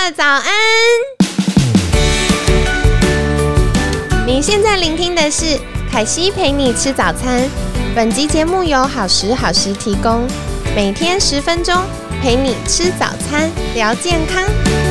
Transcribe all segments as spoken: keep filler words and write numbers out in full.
家早安！你现在聆听的是凯西陪你吃早餐。本集节目由好时好时提供，每天十分钟陪你吃早餐，聊健康。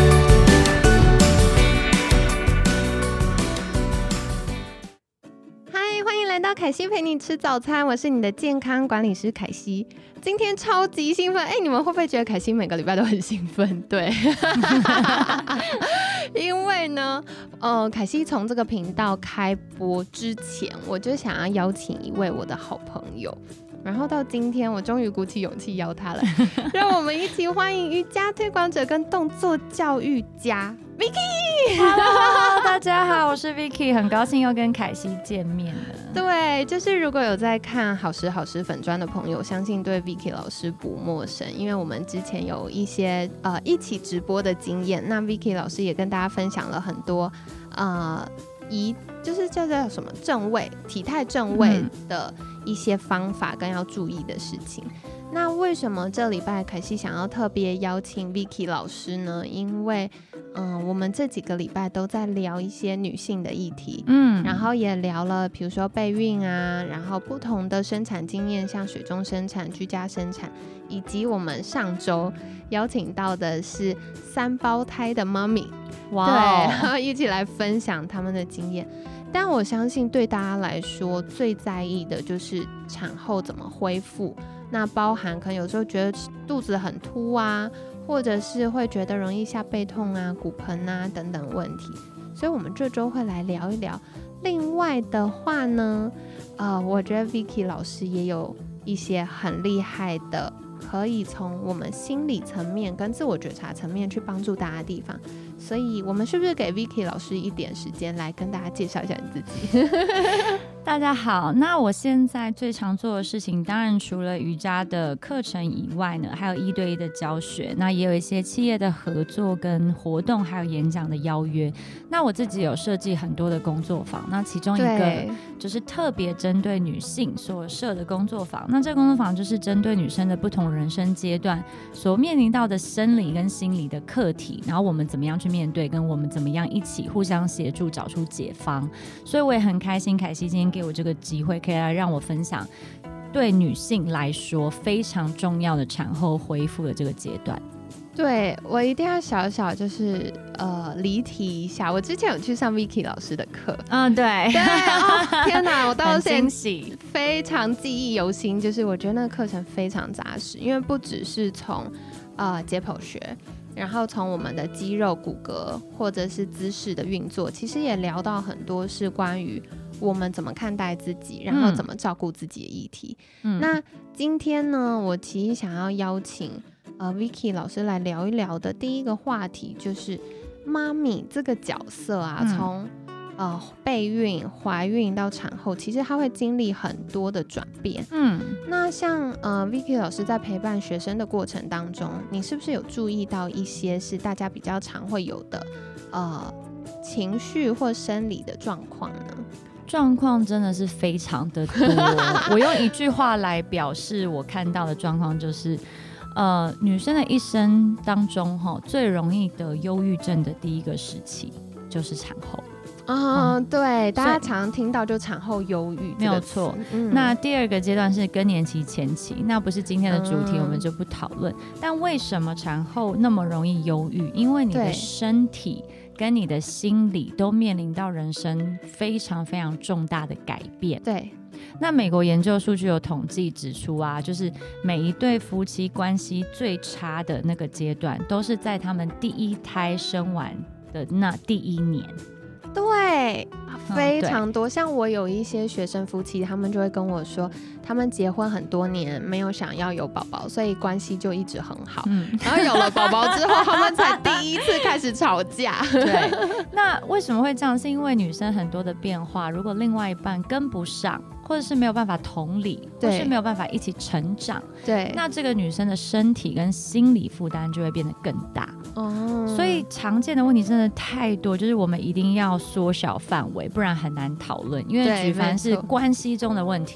嗨，欢迎来到凯西陪你吃早餐，我是你的健康管理师凯西。今天超级兴奋，哎、欸，你们会不会觉得凯西每个礼拜都很兴奋？对，因为呢，呃，凯西从这个频道开播之前，我就想要邀请一位我的好朋友，然后到今天，我终于鼓起勇气邀他了，让我们一起欢迎瑜伽推广者跟动作教育家 Vicky。Hello， 大家好，我是 Vicky， 很高兴又跟凯西见面了。 对，就是如果有在看好时好时粉专的朋友，相信对 Vicky 老师不陌生，因为我们之前有一些呃一起直播的经验，那 Vicky 老师也跟大家分享了很多呃仪，就是叫做什么正位、体态正位的一些方法跟要注意的事情。嗯，那为什么这礼拜凯西想要特别邀请 Vicky 老师呢？因为嗯，我们这几个礼拜都在聊一些女性的议题，嗯，然后也聊了比如说备孕啊，然后不同的生产经验，像水中生产、居家生产，以及我们上周邀请到的是三胞胎的妈咪，哇，对，然后一起来分享他们的经验。但我相信对大家来说最在意的就是产后怎么恢复，那包含可能有时候觉得肚子很凸啊，或者是会觉得容易下背痛啊、骨盆啊等等问题，所以我们这周会来聊一聊。另外的话呢，呃，我觉得 Vicky 老师也有一些很厉害的，可以从我们心理层面跟自我觉察层面去帮助大家的地方。所以我们是不是给 Vicky 老师一点时间来跟大家介绍一下你自己？ 大家好，那我现在最常做的事情，当然除了瑜伽的课程以外呢，还有一对一的教学，那也有一些企业的合作跟活动，还有演讲的邀约。那我自己有设计很多的工作坊，那其中一个就是特别针对女性所设的工作坊。那这个工作坊就是针对女生的不同人生阶段所面临到的生理跟心理的课题，然后我们怎么样去面对，跟我们怎么样一起互相协助找出解方。所以我也很开心凯西今天给我这个机会，可以来让我分享对女性来说非常重要的产后恢复的这个阶段。 对，我一定要小小就是呃离题一下，我之前有去上 Vicky 老师的课， 嗯，对对、哦，天哪，我到现在在非常记忆犹新，就是我觉得那个课程非常扎实，因为不只是从呃解剖学，然后从我们的肌肉骨骼或者是姿势的运作，其实也聊到很多是关于我们怎么看待自己，然后怎么照顾自己的议题。嗯，那今天呢，我其实想要邀请呃 Vicky 老师来聊一聊的第一个话题，就是妈咪这个角色啊，从、嗯、呃备孕、怀孕到产后，其实她会经历很多的转变。嗯，那像呃 Vicky 老师在陪伴学生的过程当中，你是不是有注意到一些是大家比较常会有的呃情绪或生理的状况呢？ 状况真的是非常的多，我用一句话来表示我看到的状况就是，呃，女生的一生当中，最容易得忧郁症的第一个时期就是产后。 哦、嗯，对，大家常听到就产后忧郁， 没有错、嗯。那第二个阶段是更年期前期，那不是今天的主题，我们就不讨论、嗯。但为什么产后那么容易忧郁？因为你的身体跟你的心理都面临到人生非常非常重大的改变。 对。 那美国研究数据有统计指出啊，就是每一对夫妻关系最差的那个阶段，都是在他们第一胎生完的那第一年。 对，非常多、嗯、像我有一些学生夫妻，他们就会跟我说他们结婚很多年没有想要有宝宝，所以关系就一直很好、嗯、然后有了宝宝之后他们才第一次开始吵架。 对，那为什么会这样？是因为女生很多的变化，如果另外一半跟不上，或者是没有办法同理，或是没有办法一起成长，对，那这个女生的身体跟心理负担就会变得更大。哦，所以常见的问题真的太多，就是我们一定要缩小范围，不然很难讨论。因为举凡是关系中的问题，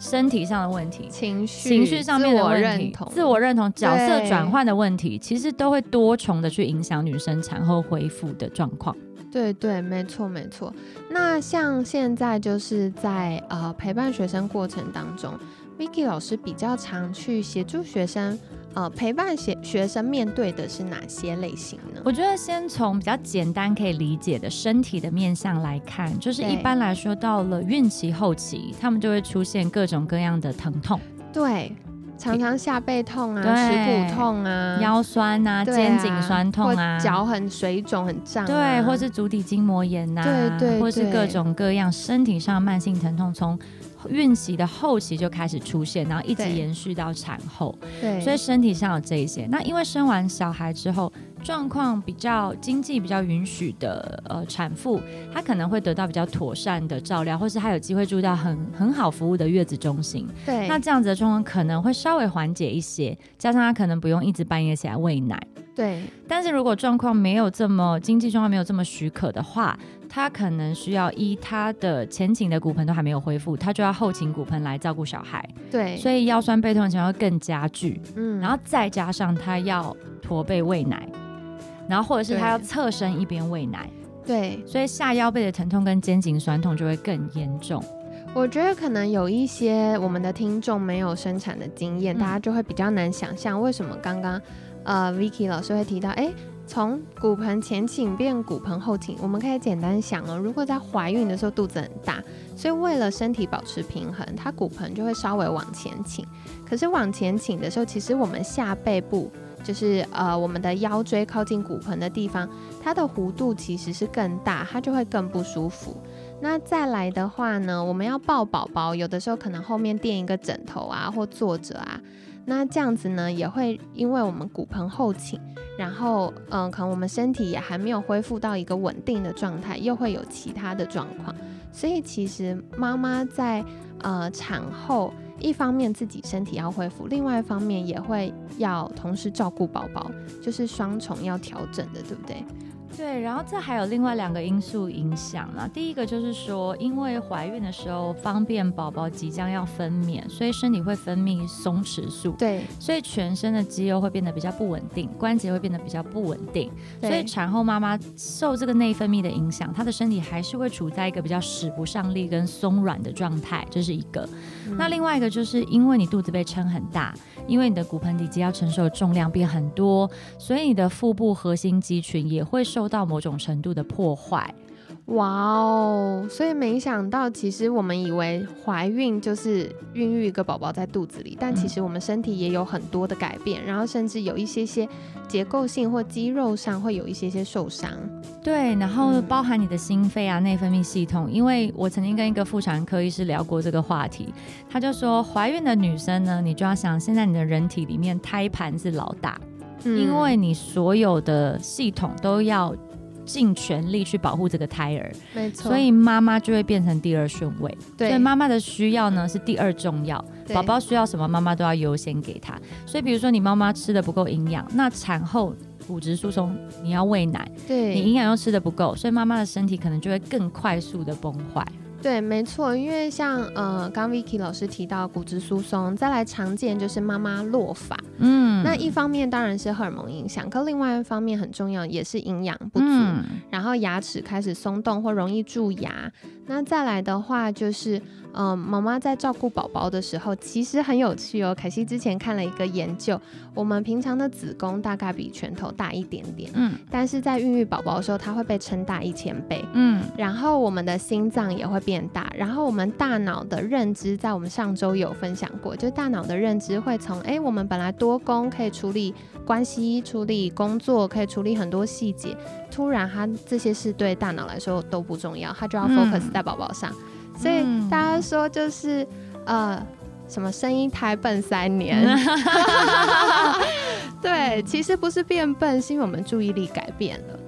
身体上的问题、 情绪、 情绪上面的问题、 自我认同、 自我认同、角色转换的问题，其实都会多重的去影响女生产后恢复的状况。 对对，没错没错。那像现在就是在呃陪伴学生过程当中 ，Vicky 老师比较常去协助学生，呃陪伴学学生面对的是哪些类型呢？ 我觉得先从比较简单可以理解的身体的面向来看，就是一般来说到了孕期后期，他们就会出现各种各样的疼痛。 对。常常下背痛啊，耻骨痛啊， 腰酸啊，肩颈酸痛啊， 脚很水肿很胀、啊， 对，或是足底筋膜炎啊， 对 对, 对， 或是各种各样身体上慢性疼痛，从孕期的后期就开始出现，然后一直延续到产后。对，所以身体上有这一些。那因为生完小孩之后，状况比较经济比较允许的呃产妇，她可能会得到比较妥善的照料，或是她有机会住到很很好服务的月子中心。 对， 那这样子的状况可能会稍微缓解一些，加上她可能不用一直半夜起来喂奶。 对， 但是如果状况没有这么经济状况没有这么许可的话，他可能需要依他的前倾的骨盆都还没有恢复，他就要后倾骨盆来照顾小孩。 对， 所以腰酸背痛的情况会更加剧。嗯，然后再加上他要驼背喂奶，然后或者是他要侧身一边喂奶。 对， 所以下腰背的疼痛跟肩颈酸痛就会更严重。 我觉得可能有一些我们的听众没有生产的经验、嗯、大家就会比较难想象为什么刚刚呃 Vicky 老师会提到，哎，从骨盆前倾变骨盆后倾，我们可以简单想哦，如果在怀孕的时候肚子很大，所以为了身体保持平衡，它骨盆就会稍微往前倾。可是往前倾的时候，其实我们下背部就是呃我们的腰椎靠近骨盆的地方，它的弧度其实是更大，它就会更不舒服。那再来的话呢，我们要抱宝宝，有的时候可能后面垫一个枕头啊，或坐着啊，那这样子呢，也会因为我们骨盆后倾，然后嗯、呃，可能我们身体也还没有恢复到一个稳定的状态，又会有其他的状况。所以其实妈妈在呃产后，一方面自己身体要恢复，另外一方面也会要同时照顾宝宝，就是双重要调整的，对不对？ 对，然后这还有另外两个因素影响啦。第一个就是说，因为怀孕的时候方便宝宝即将要分娩，所以身体会分泌松弛素， 对， 所以全身的肌肉会变得比较不稳定，关节会变得比较不稳定，所以产后妈妈受这个内分泌的影响，她的身体还是会处在一个比较使不上力跟松软的状态，这是一个、嗯、那另外一个就是因为你肚子被撑很大，因为你的骨盆底肌要承受的重量变很多，所以你的腹部核心肌群也会受到某种程度的破坏。 哇哦，所以没想到其实我们以为怀孕就是孕育一个宝宝在肚子里，但其实我们身体也有很多的改变、嗯、然后甚至有一些些结构性或肌肉上会有一些些受伤。 对，然后包含你的心肺啊、内分泌系统，因为我曾经跟一个妇产科医师聊过这个话题，他就说怀孕的女生呢，你就要想现在你的人体里面胎盘是老大、嗯、因为你所有的系统都要尽全力去保护这个胎儿， 没错， 所以妈妈就会变成第二顺位。 对， 所以妈妈的需要呢是第二重要，宝宝需要什么妈妈都要优先给他。所以比如说你妈妈吃的不够营养，那产后骨质疏松你要喂奶， 对， 你营养又吃的不够，所以妈妈的身体可能就会更快速的崩坏。 对，没错，因为像呃，刚 Vicky 老师提到骨质疏松，再来常见就是妈妈落发，嗯，那一方面当然是荷尔蒙影响，可另外一方面很重要也是营养不足、嗯，然后牙齿开始松动或容易蛀牙。那再来的话就是，嗯，妈妈在照顾宝宝的时候，其实很有趣哦。凯西之前看了一个研究，我们平常的子宫大概比拳头大一点点，嗯，但是在孕育宝宝的时候，它会被撑大一千倍，嗯，然后我们的心脏也会变大，然后我们大脑的认知，在我们上周有分享过，就是大脑的认知会从，哎，我们本来多工可以处理关系、处理工作，可以处理很多细节，突然它这些事对大脑来说都不重要，它就要 focus 在宝宝上。嗯，所以大家说就是呃什么生一胎笨三年对，其实不是变笨，是因为我们注意力改变了。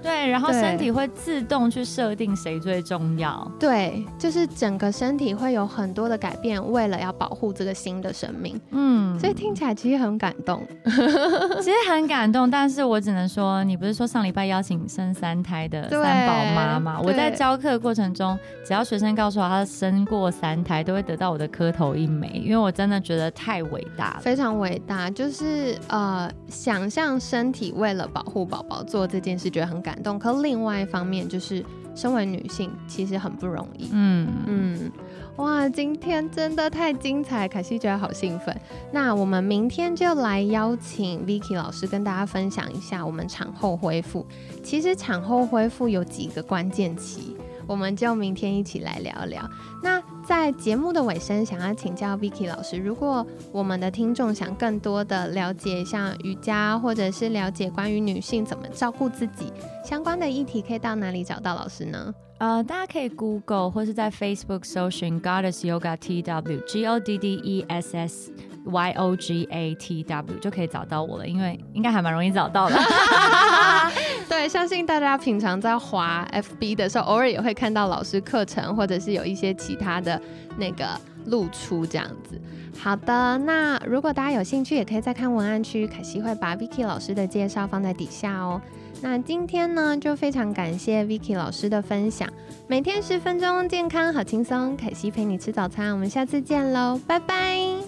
对，然后身体会自动去设定谁最重要。 对，就是整个身体会有很多的改变，为了要保护这个新的生命。嗯，所以听起来其实很感动。 其实很感动，但是我只能说，你不是说上礼拜邀请生三胎的三宝妈吗？我在教课过程中，只要学生告诉我他生过三胎，都会得到我的磕头一枚，因为我真的觉得太伟大了， 非常伟大。就是呃，想象身体为了保护宝宝做这件事，觉得很感动。可另外一方面，就是身为女性，其实很不容易。嗯嗯。哇，今天真的太精彩，凯西觉得好兴奋。那我们明天就来邀请 Vicky 老师跟大家分享一下我们产后恢复。其实产后恢复有几个关键期，我们就明天一起来聊聊。那在节目的尾声，想要请教 Vicky 老师，如果我们的听众想更多的了解像瑜伽，或者是了解关于女性怎么照顾自己相关的议题，可以到哪里找到老师呢？ 呃，大家可以 Google 或是在 Facebook 搜寻 Goddess Yoga T W G O D D E S S Y O G A T W 就可以找到我了，因为应该还蛮容易找到的。 对，相信大家平常在滑 F B 的时候，偶尔也会看到老师课程，或者是有一些其他的那个露出这样子。好的，那如果大家有兴趣，也可以再看文案区，凯西会把 Vicky 老师的介绍放在底下哦。那今天呢，就非常感谢 Vicky 老师的分享。每天十分钟，健康好轻松，凯西陪你吃早餐，我们下次见喽，拜拜。